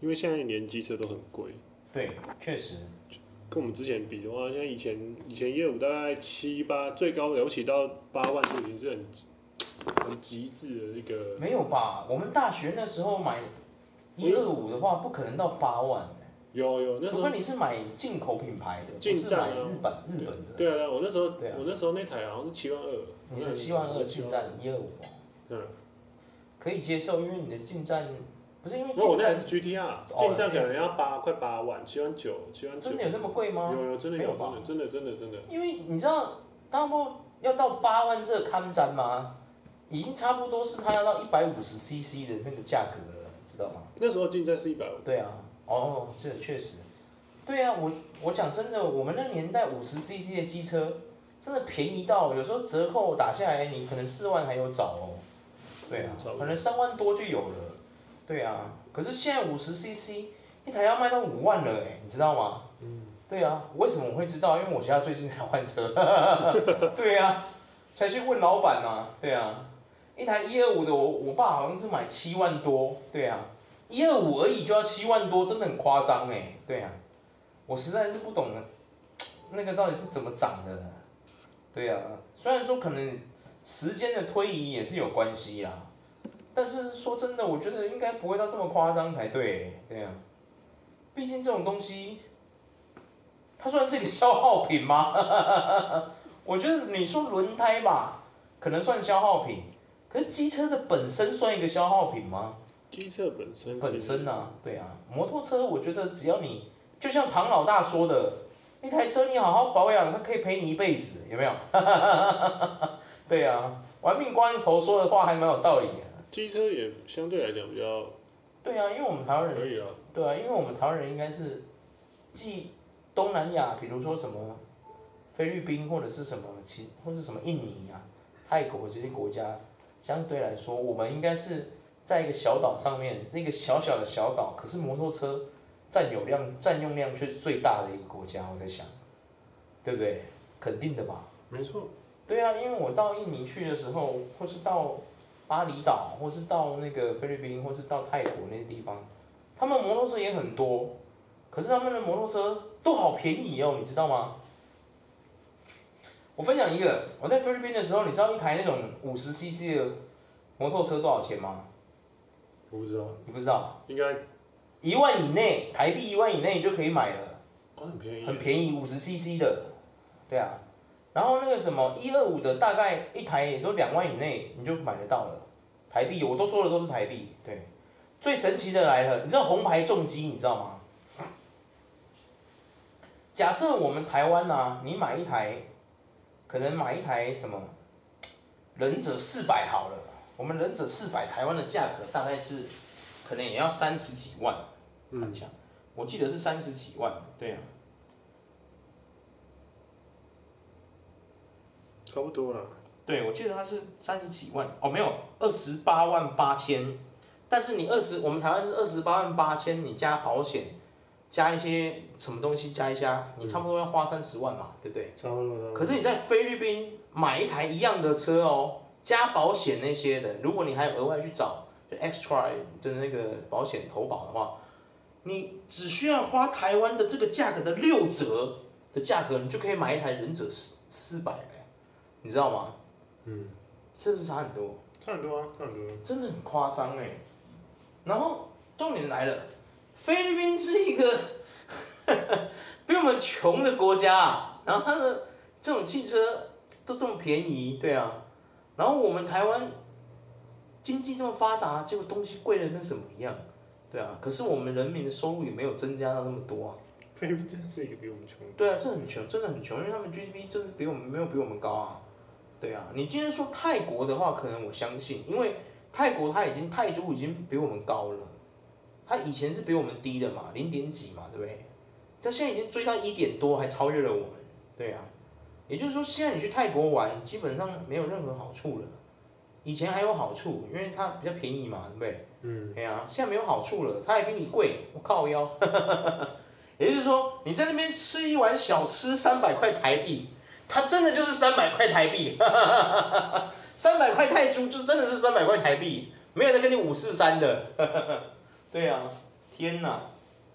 因为现在连机车都很贵。 对，确实。 跟我们之前比的话，像以前1.5大概7、8，最高了不起到8万就已经是很极致的一个。 没有吧？我们大学那时候买125的话，不可能到8万。 有，那时候除非你是买进口品牌的， 进站啊， 不是买日本的。 对啊，我那时候那台好像是7万2。 你是7万2进站125。 嗯， 可以接受，因为你的进站不是因为进站。 我那台是 GTR， 进站可能要快8万，7万9、7万9。 真的有那么贵吗？ 有，真的有吧？真的。 因为你知道，大部要到8万这个看站吗？已经差不多是它要到150cc 的那个价格了，知道吗？ 那时候进站是150。 对啊，哦，这确实。对啊，我讲真的，我们那年代50cc 的机车真的便宜到，有时候折扣打下来，你可能4万还有找哦。对啊，可能3万多就有了。对啊，可是现在50cc 一台要卖到5万了你知道吗？对啊，为什么我会知道？因为我家最近才换车。对啊，才去问老板啊。对啊，一台125的我爸好像是买7万多。对啊，125而已就要7万多，真的很夸张对啊，我实在是不懂那个到底是怎么涨的。对啊，虽然说可能时间的推移也是有关系啦，但是说真的，我觉得应该不会到这么夸张才对。对啊，毕竟这种东西，它算是一个消耗品吗？我觉得你说轮胎吧，可能算消耗品，可是机车的本身算一个消耗品吗？ 机车本身啊，对啊，摩托车我觉得只要你，就像唐老大说的，一台车你好好保养，它可以陪你一辈子，有没有？对啊，玩命关头说的话还蛮有道理的。 机车也相对来讲比较。 对啊，因为我们台湾人。 可以啊。 对啊，因为我们台湾人应该是，继东南亚，比如说什么菲律宾或者是什么或是什么印尼啊、泰国这些国家，相对来说，我们应该是在一个小岛上面，一个小小的小岛，可是摩托车占用量却是最大的一个国家，我在想，对不对？肯定的吧？ 没错。 对啊，因为我到印尼去的时候，或是到巴厘岛，或是到那个菲律宾，或是到泰国那些地方，他们摩托车也很多，可是他们的摩托车都好便宜哦，你知道吗？我分享一个，我在菲律宾的时候，你知道一台那种50cc 的摩托车多少钱吗？ 我不知道。 你不知道？ 应该 1万以内，台币1万以内你就可以买了。 哦，很便宜。 很便宜，50cc 的，对啊。然后那个什么125的，大概一台也都2万以内你就买得到了，台币，我都说的都是台币。对，最神奇的来了，你知道红牌重机你知道吗？假设我们台湾啊，你买一台，可能买一台什么忍者400好了，我们忍者400台湾的价格大概是，可能也要30几万，看一下，我记得是30几万，对啊。 差不多啦。 对，我记得它是30几万哦，没有28万8千，但是我们台湾是28万8千，你加保险，加一些什么东西加一下，你差不多要花30万嘛，对不对？ 差不多。 可是你在菲律宾买一台一样的车哦，加保险那些的，如果你还额外去找就 extra 的那个保险投保的话，你只需要花台湾的这个价格的6折的价格，你就可以买一台忍者400。你知道吗？是不是差很多？ 差很多啊， 真的很夸张然后重点来了，菲律宾是一个比我们穷的国家啊，然后它的这种汽车都这么便宜，对啊，然后我们台湾经济这么发达，结果东西贵的跟什么一样，对啊，可是我们人民的收入也没有增加到那么多啊。 菲律宾真的是一个比我们穷。 对啊，这很穷，真的很穷，因为他们 GDP 真的没有比我们高啊。对啊，你今天说泰国的话，可能我相信，因为泰国泰铢已经比我们高了，它以前是比我们低的嘛，0点几嘛，对不对？它现在已经追到1点多，还超越了我们。对啊，也就是说，现在你去泰国玩，基本上没有任何好处了。以前还有好处，因为它比较便宜嘛，对不对？对啊，现在没有好处了，它还比你贵，我靠腰。也就是说，你在那边吃一碗小吃300块台币。它真的就是300块台币，300块泰铢就真的是300块台币，没有在跟你543的，对啊， 天哪！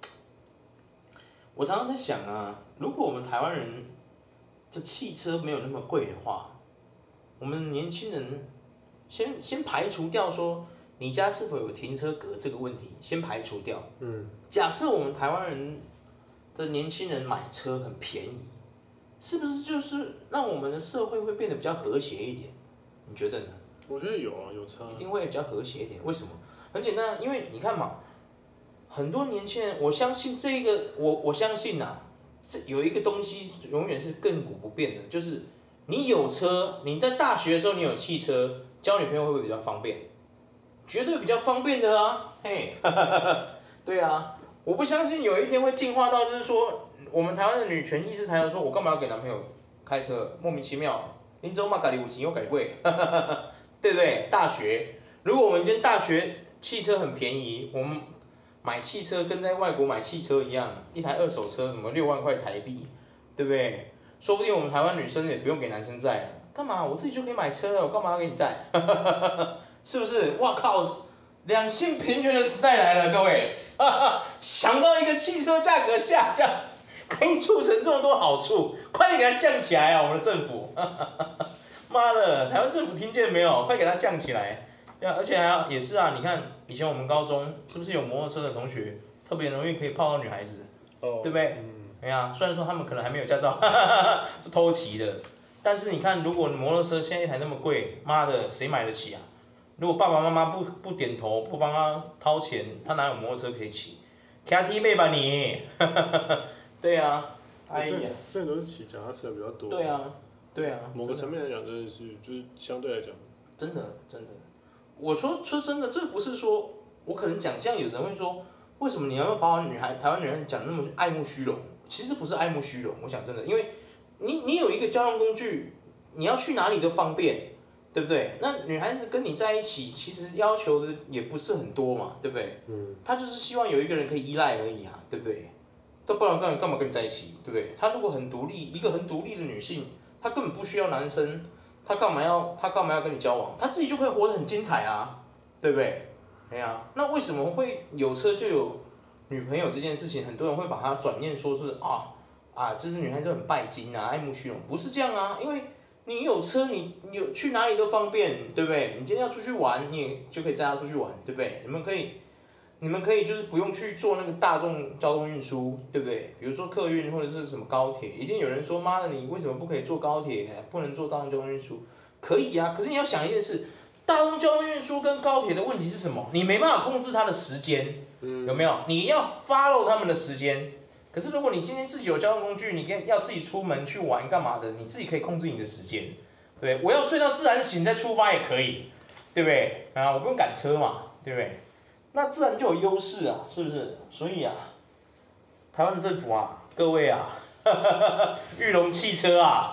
我常常在想啊，如果我们台湾人这汽车没有那么贵的话，我们年轻人先排除掉说你家是否有停车格这个问题，先排除掉。假设我们台湾人的年轻人买车很便宜，是不是就是让我们的社会会变得比较和谐一点？你觉得呢？ 我觉得有啊，有差。 一定会比较和谐一点。为什么？很简单，因为你看嘛，很多年轻人，我相信这个，我相信啊，这有一个东西永远是亘古不变的，就是你有车，你在大学的时候你有汽车，交女朋友会不会比较方便？绝对比较方便的啊，嘿，对啊，我不相信有一天会进化到就是说，我们台湾的女权意识抬头说，我干嘛要给男朋友开车？莫名其妙，你走嘛，家里有钱又改贵，对不对？大学，如果我们今天大学汽车很便宜，我们买汽车跟在外国买汽车一样，一台二手车什么6万块台币，对不对？说不定我们台湾女生也不用给男生载了，干嘛？我自己就可以买车了，我干嘛要给你载？是不是？哇靠！两性平权的时代来了，各位，想到一个汽车价格下降，可以促成这么多好处，快点给它降起来啊！我们的政府，妈的，台湾政府听见没有？快给它降起来！而且也是啊，你看以前我们高中是不是有摩托车的同学特别容易可以泡到女孩子，对不对？哎呀，虽然说他们可能还没有驾照，就偷骑的，但是你看，如果摩托车现在一台那么贵，妈的，谁买得起啊？如果爸爸妈妈不点头，不帮他掏钱，他哪有摩托车可以骑？开 T 妹吧你，对啊，哎呀， 这都是骑脚踏车比较多。 对啊，对啊， 某个层面来讲，真的是就是相对来讲， 真的。我说真的，这不是说我可能讲这样，有人会说，为什么你要把台湾女人讲那么爱慕虚荣？其实不是爱慕虚荣，我讲真的，因为你有一个交通工具，你要去哪里都方便，对不对？那女孩子跟你在一起，其实要求的也不是很多嘛，对不对？她就是希望有一个人可以依赖而已啊，对不对？都不然干嘛跟你在一起，对不对？她如果很独立，一个很独立的女性，她根本不需要男生。他干嘛要跟你交往？他自己就可以活得很精彩啊，对不对？哎呀，那为什么会有车就有女朋友这件事情？很多人会把它转念说是这是女孩子很拜金啊，爱慕虚荣，不是这样啊，因为你有车，你有去哪里都方便，对不对？你今天要出去玩，你也就可以载她出去玩，对不对？你们可以就是不用去坐那个大众交通运输，对不对？比如说客运或者是什么高铁，一定有人说妈的，你为什么不可以坐高铁，不能坐大众交通运输？可以啊，可是你要想一件事，大众交通运输跟高铁的问题是什么？你没办法控制它的时间，有没有？你要 follow 他们的时间。可是如果你今天自己有交通工具，你要自己出门去玩干嘛的，你自己可以控制你的时间，对不对？我要睡到自然醒再出发也可以，对不对？啊，我不用赶车嘛，对不对？那自然就有优势啊，是不是？所以啊，台湾的政府啊，各位啊，裕隆汽车啊，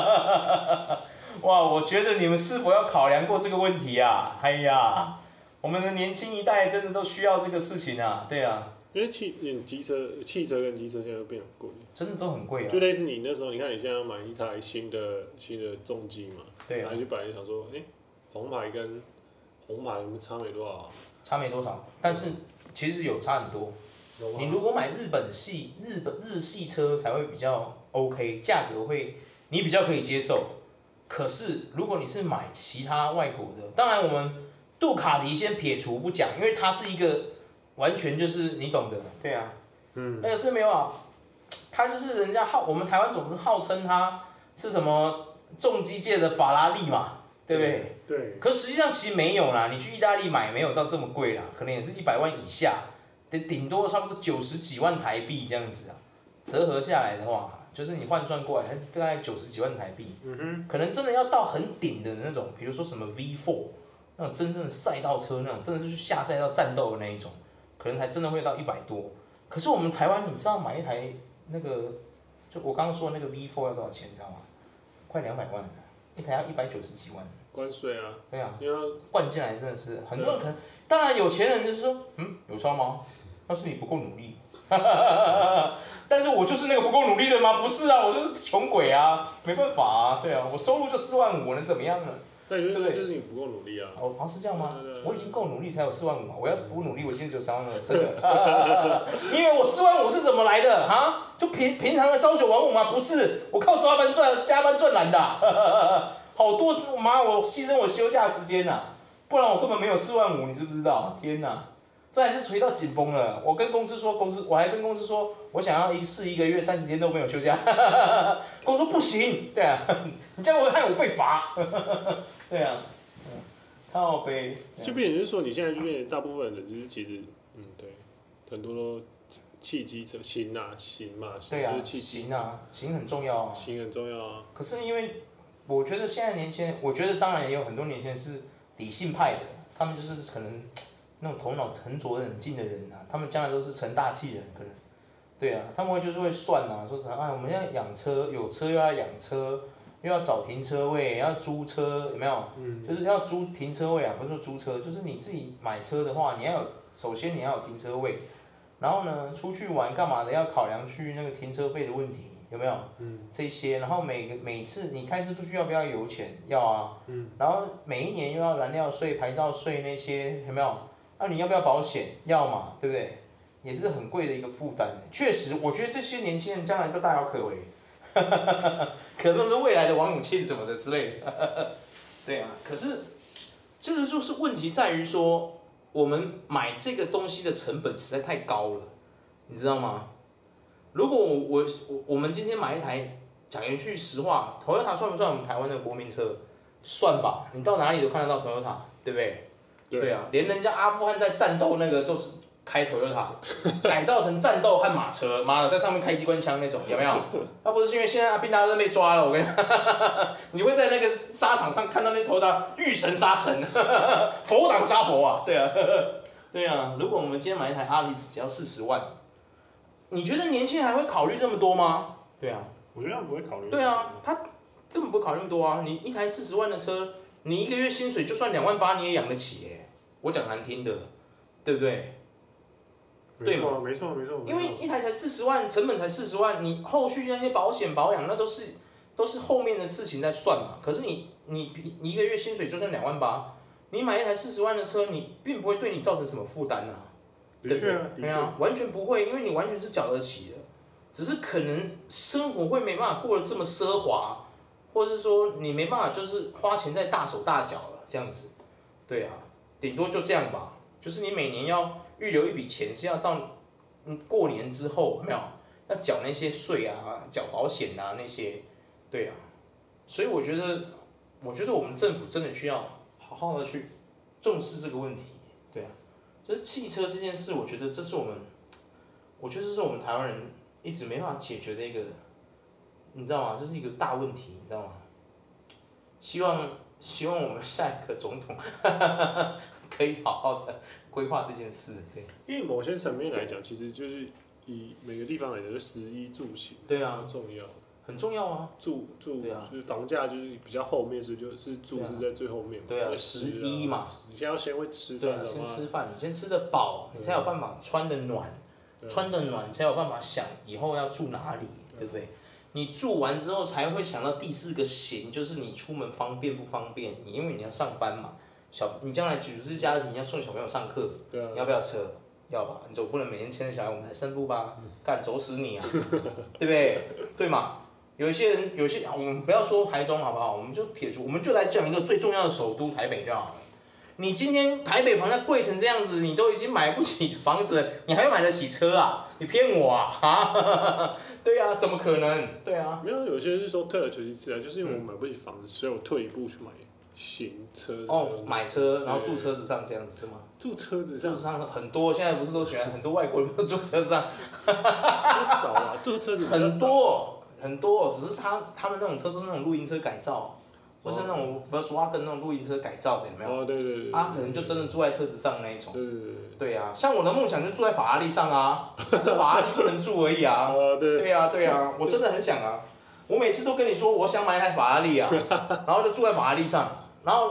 哇，我觉得你们是否要考量过这个问题啊？哎呀，我们的年轻一代真的都需要这个事情啊，对啊。 因为汽车跟机车现在都变很贵， 真的都很贵啊。 就类似你那时候，你看你现在要买一台新的重机嘛， 对啊， 你就本来想说，红牌跟红牌差没多少。 差没多少，但是其实有差很多。你如果买日系车才会比较 OK， 价格会你比较可以接受。可是如果你是买其他外国的，当然我们杜卡迪先撇除不讲，因为它是一个完全就是你懂的，对啊，那个是没有啊，它就是我们台湾总是号称它是什么重机界的法拉利嘛。对不对？ 对。 可实际上其实没有啦，你去意大利买没有到这么贵啦，可能也是100万以下，顶多差不多90几万台币这样子啊。折合下来的话，就是你换算过来，大概90几万台币。可能真的要到很顶的那种，比如说什么 V4 那种真正的赛道车那种，真的是去下赛道战斗的那一种，可能才真的会到100多。可是我们台湾，你知道买一台那个，就我刚刚说的那个 V4 要多少钱，你知道吗？快200万，一台要190几万。 关税啊， 对啊， 因为灌进来真的是很多人可能，当然有钱人就是说，有差吗？那是你不够努力。但是我就是那个不够努力的吗？不是啊，我就是穷鬼啊，没办法啊，对啊，我收入就4万5，能怎么样呢？ 那你对不对？ 就是你不够努力啊。 哦，是这样吗？ 对我已经够努力才有4万5嘛。我要是不努力，我今天只有3万2，真的。因为我4万5是怎么来的啊？就平常的朝9晚5吗？不是，我靠加班赚来的、好多妈，我牺牲我休假时间呐、不然我根本没有4万5，你知不知道？天哪！这还是锤到紧绷了。我跟公司说，我还跟公司说，我想要1个月30天都没有休假。公司说不行，对啊，你这样会害我被罚。对啊，靠背。 就变成就是说，你现在就变成大部分人就是其实，对，很多都汽机车行嘛， 对啊， 就是行很重要啊。 行很重要啊。 可是因为我觉得现在年轻人，我觉得当然也有很多年轻人是理性派的，他们就是可能那种头脑沉着冷静的人啊，他们将来都是成大器人，可能。对啊，他们就是会算啊，说什么我们要养车，有车又要养车，又要找停车位，要租车，有没有？就是要租停车位啊，不是说租车，就是你自己买车的话，首先你要有停车位，然后呢，出去玩干嘛的要考量去那个停车费的问题，有没有？这些，然后每次你开车出去要不要油钱？要啊。然后每一年又要燃料税、牌照税那些，有没有？你要不要保险？要嘛，对不对？也是很贵的一个负担。确实，我觉得这些年轻人将来都大有可为，可能是未来的王永庆什么的之类的。对啊，可是这个就是问题在于说，我们买这个东西的成本实在太高了，你知道吗？如果我们今天买一台，讲一句实话，Toyota 算不算我们台湾的国民车？算吧，你到哪里都看得到 Toyota， 对不对？对啊，连人家阿富汗在战斗那个都是开 Toyota， 改造成战斗悍马车，妈的，在上面开机关枪那种，有没有？那不是因为现在阿宾达登被抓了，我跟你你会在那个沙场上看到那 Toyota 遇神杀神，佛挡杀佛啊，对啊，对啊。如果我们今天买一台阿里斯只要40万，你觉得年轻人还会考虑这么多吗？对啊， 我觉得他不会考虑。 对啊，他根本不会考虑那么多啊。你一台40万的车，你1个月薪水就算2万8，你也养得起耶。我讲难听的，对不对？ 没错。 因为一台才40万，成本才40万，你后续那些保险保养那都是后面的事情在算嘛。可是你1个月薪水就算2万8，你买一台40万的车，你并不会对你造成什么负担啊。 的确啊， 对啊，完全不会，因为你完全是缴得起的，只是可能生活会没办法过得这么奢华，或者是说你没办法就是花钱在大手大脚了这样子。对啊，顶多就这样吧，就是你每年要预留一笔钱，是要到过年之后，有没有要缴那些税啊，缴保险啊那些，对啊，所以我觉得我们政府真的需要好好的去重视这个问题，对啊，就是汽车这件事，我觉得这是我们台湾人一直没办法解决的一个，你知道吗？这是一个大问题，你知道吗？希望我们下一个总统可以好好的规划这件事，对。 因为某些层面来讲，其实就是以每个地方来讲，就食衣住行， 对啊， 很重要， 很重要啊。 住， 对啊， 就是房价就是比较后面，所以就是住是在最后面嘛。 对啊，食衣嘛， 你先要先会吃饭的话， 先吃饭，你先吃得饱，你才有办法穿得暖，穿得暖才有办法想以后要住哪里，对不对？你住完之后才会想到第4个行，就是你出门方便不方便？因为你要上班嘛，你将来组织家庭要送小朋友上课， 对啊， 你要不要车？要吧，你总不能每天牵着小孩我们来散步吧？干走死你啊，对不对？对嘛？有些我们不要说台中好不好？我们就撇除，我们就来讲一个最重要的首都台北就好了。你今天台北房价贵成这样子，你都已经买不起房子了，你还会买得起车啊？你骗我啊？对啊，怎么可能？对啊， 没有，有些是说退而求其次啊，就是因为我买不起房子，所以我退一步去买新车。 买车，然后住车子上这样子是吗？ 住车子上很多，现在不是都喜欢很多外国人都住车上， 不少啊，住车子很多，只是他们那种车都是那种露营车改造。或是那种 Volkswagen 那种露营车改造的，有没有？ 对。 可能就真的住在车子上那一种。 对啊，像我的梦想就住在法拉利上啊，只是法拉利不能住而已啊。对啊，我真的很想啊。我每次都跟你说我想买一台法拉利啊，然后就住在法拉利上，然后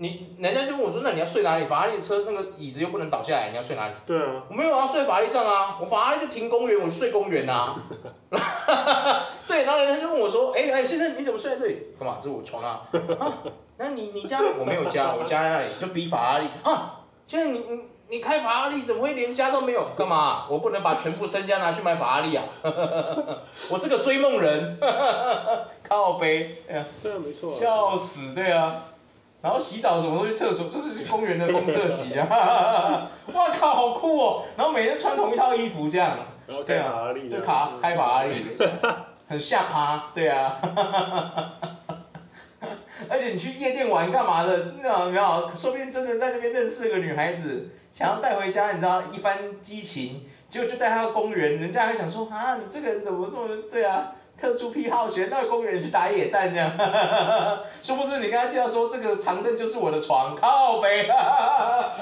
人家就问我说，那你要睡哪里？法拉利的车那个椅子又不能倒下来，你要睡哪里？ 对啊， 我没有要睡法拉利上啊，我法拉利就停公园，我就睡公园啊。对，然后人家就问我说，哎，先生你怎么睡在这里？干嘛？这是我床啊。啊，那你家？我没有家，我家在那里，就比法拉利啊。现在你开法拉利怎么会连家都没有？干嘛？我不能把全部身家拿去买法拉利啊？我是个追梦人，靠背， 对啊，没错、啊。 笑死，对啊。然后洗澡什么都去厕所，就是去公园的公厕洗啊！哇靠，好酷哦！然后每天穿同一套衣服这样， 然后开法拉利， 对，开法拉利，很下趴，对啊。而且你去夜店玩干嘛的？那没有，说不定真的在那边认识了个女孩子，想要带回家，你知道一番激情，结果就带她到公园，人家还想说啊，你这个人怎么这么对啊？特殊癖好，选到公园去打野战这样，殊不知你跟他介绍说这个长凳就是我的床，靠北啊！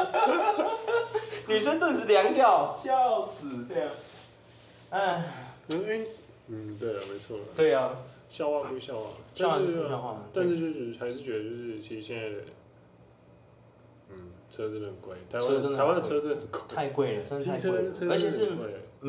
女生顿时凉掉，笑死，对啊，哎， 对啊，没错。 对啊， 笑话归笑话， 笑话归笑话， 但是就是还是觉得就是其实现在的，车真的很贵，台湾的车真的很贵， 太贵了，真的太贵了，而且是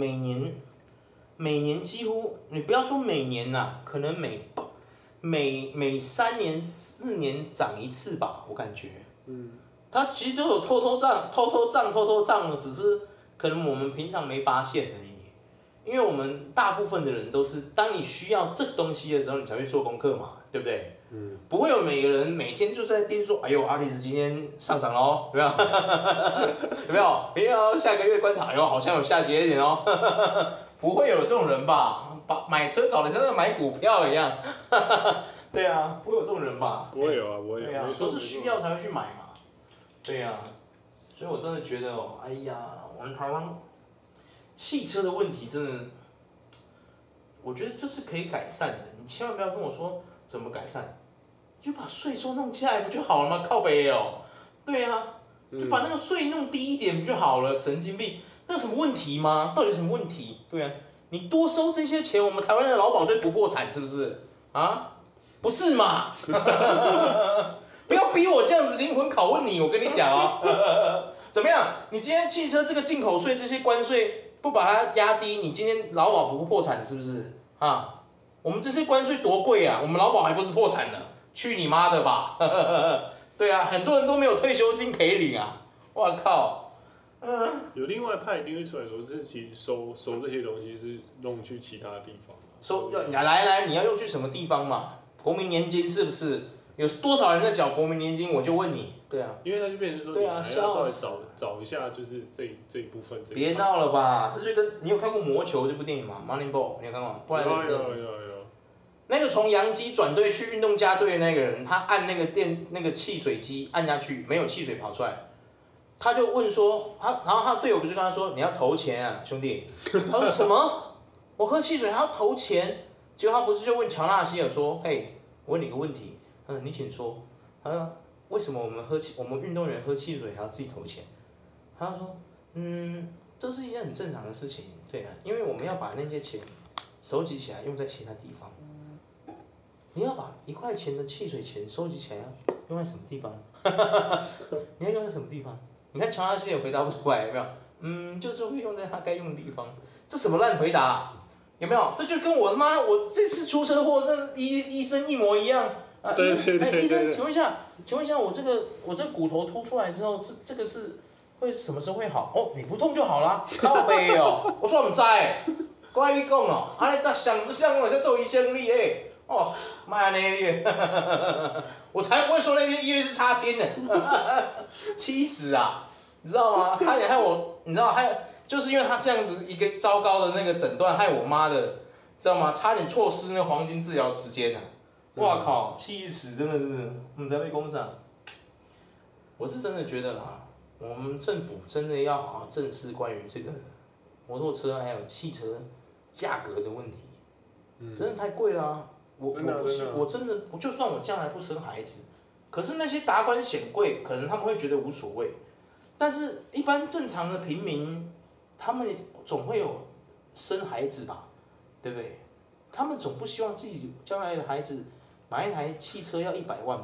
每年几乎，你不要说每年呐，可能每3年4年涨一次吧，我感觉。它其实都有偷涨的，只是可能我们平常没发现而已。因为我们大部分的人都是，当你需要这个东西的时候，你才会做功课嘛，对不对？不会有每个人每天就在盯说，哎呦，阿里斯今天上涨喽，有没有？有没有？没有，下个月观察，哎呦，好像有下跌一点哦。不会有这种人吧？把买车搞得像买股票一样。对啊，不会有这种人吧？ 不会有啊，不会有。 对啊，都是需要才会去买嘛。对啊，所以我真的觉得哦，哎呀，我们台湾汽车的问题真的，我觉得这是可以改善的。你千万不要跟我说怎么改善，就把税收弄下来不就好了吗？靠北哦。对啊，就把那个税弄低一点不就好了？神经病。那有什么问题吗？到底有什么问题？对啊，你多收这些钱，我们台湾的劳保队不破产是不是？啊，不是嘛？不要逼我这样子灵魂拷问你，我跟你讲哦。怎么样？你今天汽车这个进口税这些关税不把它压低，你今天劳保不破产是不是？啊，我们这些关税多贵啊，我们劳保还不是破产了？去你妈的吧！对啊，很多人都没有退休金可以领啊！我靠！ 有另外派一定会出来说，这其实收这些东西是弄去其他地方。 来，你要用去什么地方嘛？国民年金是不是？有多少人在缴国民年金？我就问你。对啊， 因为他就变成说，对啊，还要稍微找一下，就是这一部分。 别闹了吧！这就跟你有看过《魔球》这部电影吗 ？Moneyball， 你有看过吗？ 有。 那个从洋基转队去运动家队的那个人，他按那个汽水机按下去，没有汽水跑出来。他就问说，然后他队友不是跟他说，你要投钱啊，兄弟。他说什么？我喝汽水还要投钱？结果他不是就问乔纳希尔说，嘿，我问你个问题，你请说。他说为什么我们运动员喝汽水还要自己投钱？他说，这是一件很正常的事情，对啊，因为我们要把那些钱收集起来用在其他地方。你要把1块钱的汽水钱收集起来，用在什么地方？你要用在什么地方？你看乔纳希也回答不出来，有没有？就是会用在他该用的地方。这什么烂回答？有没有？这就跟我这次出车祸，那医生一模一样。 对。 医生，请问一下，我这骨头凸出来之后，这个是会什么时候会好？哦，你不痛就好啦。靠背哦，我说唔知，我跟你讲哦，你想我在做医生你哦，妈呢你，我才不会说那些医院是插签的，气死啊！你知道吗？差点害我，你知道就是因为他这样子一个糟糕的那个诊断，害我妈的，知道吗？差点错失那黄金治疗时间啊！哇靠，气死，真的是，我们才被攻上。我是真的觉得啦，我们政府真的要好好正视关于这个摩托车还有汽车价格的问题，真的太贵了啊！我真的，就算我将来不生孩子，可是那些达官显贵，可能他们会觉得无所谓，但是一般正常的平民，他们总会有生孩子吧，对不对？他们总不希望自己将来的孩子买一台汽车要100万吧？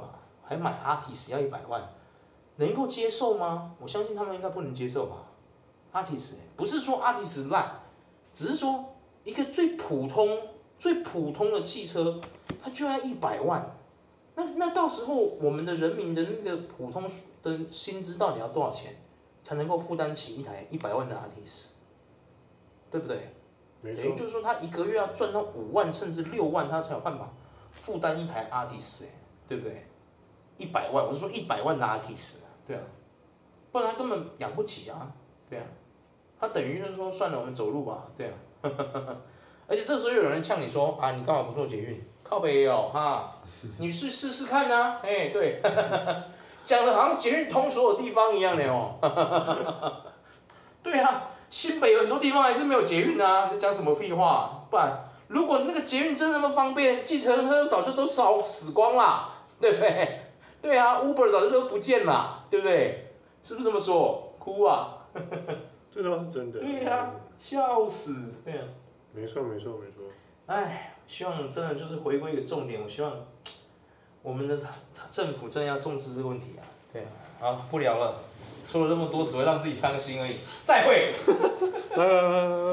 还买 Artis 要100万，能够接受吗？我相信他们应该不能接受吧。Artis 不是说 Artis 烂，只是说一个最普通的汽车，它就要100万。那到时候我们的人民的那个普通的薪资到底要多少钱，才能够负担起一台100万的 Artis， 对不对？等于就是说他一个月要赚到5万甚至6万，他才有办法负担一台 Artis， 对不对？100万，我是说100万的 Artis， 对啊，不然他根本养不起啊，对啊，他等于就是说算了，我们走路吧，对啊，而且这时候有人呛你说啊，你干嘛不做捷运？靠北哦，哈。你去试试看啊！哎，对，讲的好像捷运通所有地方一样的哦。对啊，新北有很多地方还是没有捷运啊，你讲什么屁话？不然，如果那个捷运真的那么方便，计程车早就都烧死光啦，对不对？对啊 ，Uber 早就都不见了，对不对？是不是这么说？哭啊！ 这倒是真的。 对啊，笑死！对啊。 没错。 哎，希望真的就是回归一个重点，我希望我们的政府真的要重视这个问题啊！对啊，好，不聊了，说了这么多只会让自己伤心而已。再会。 拜拜。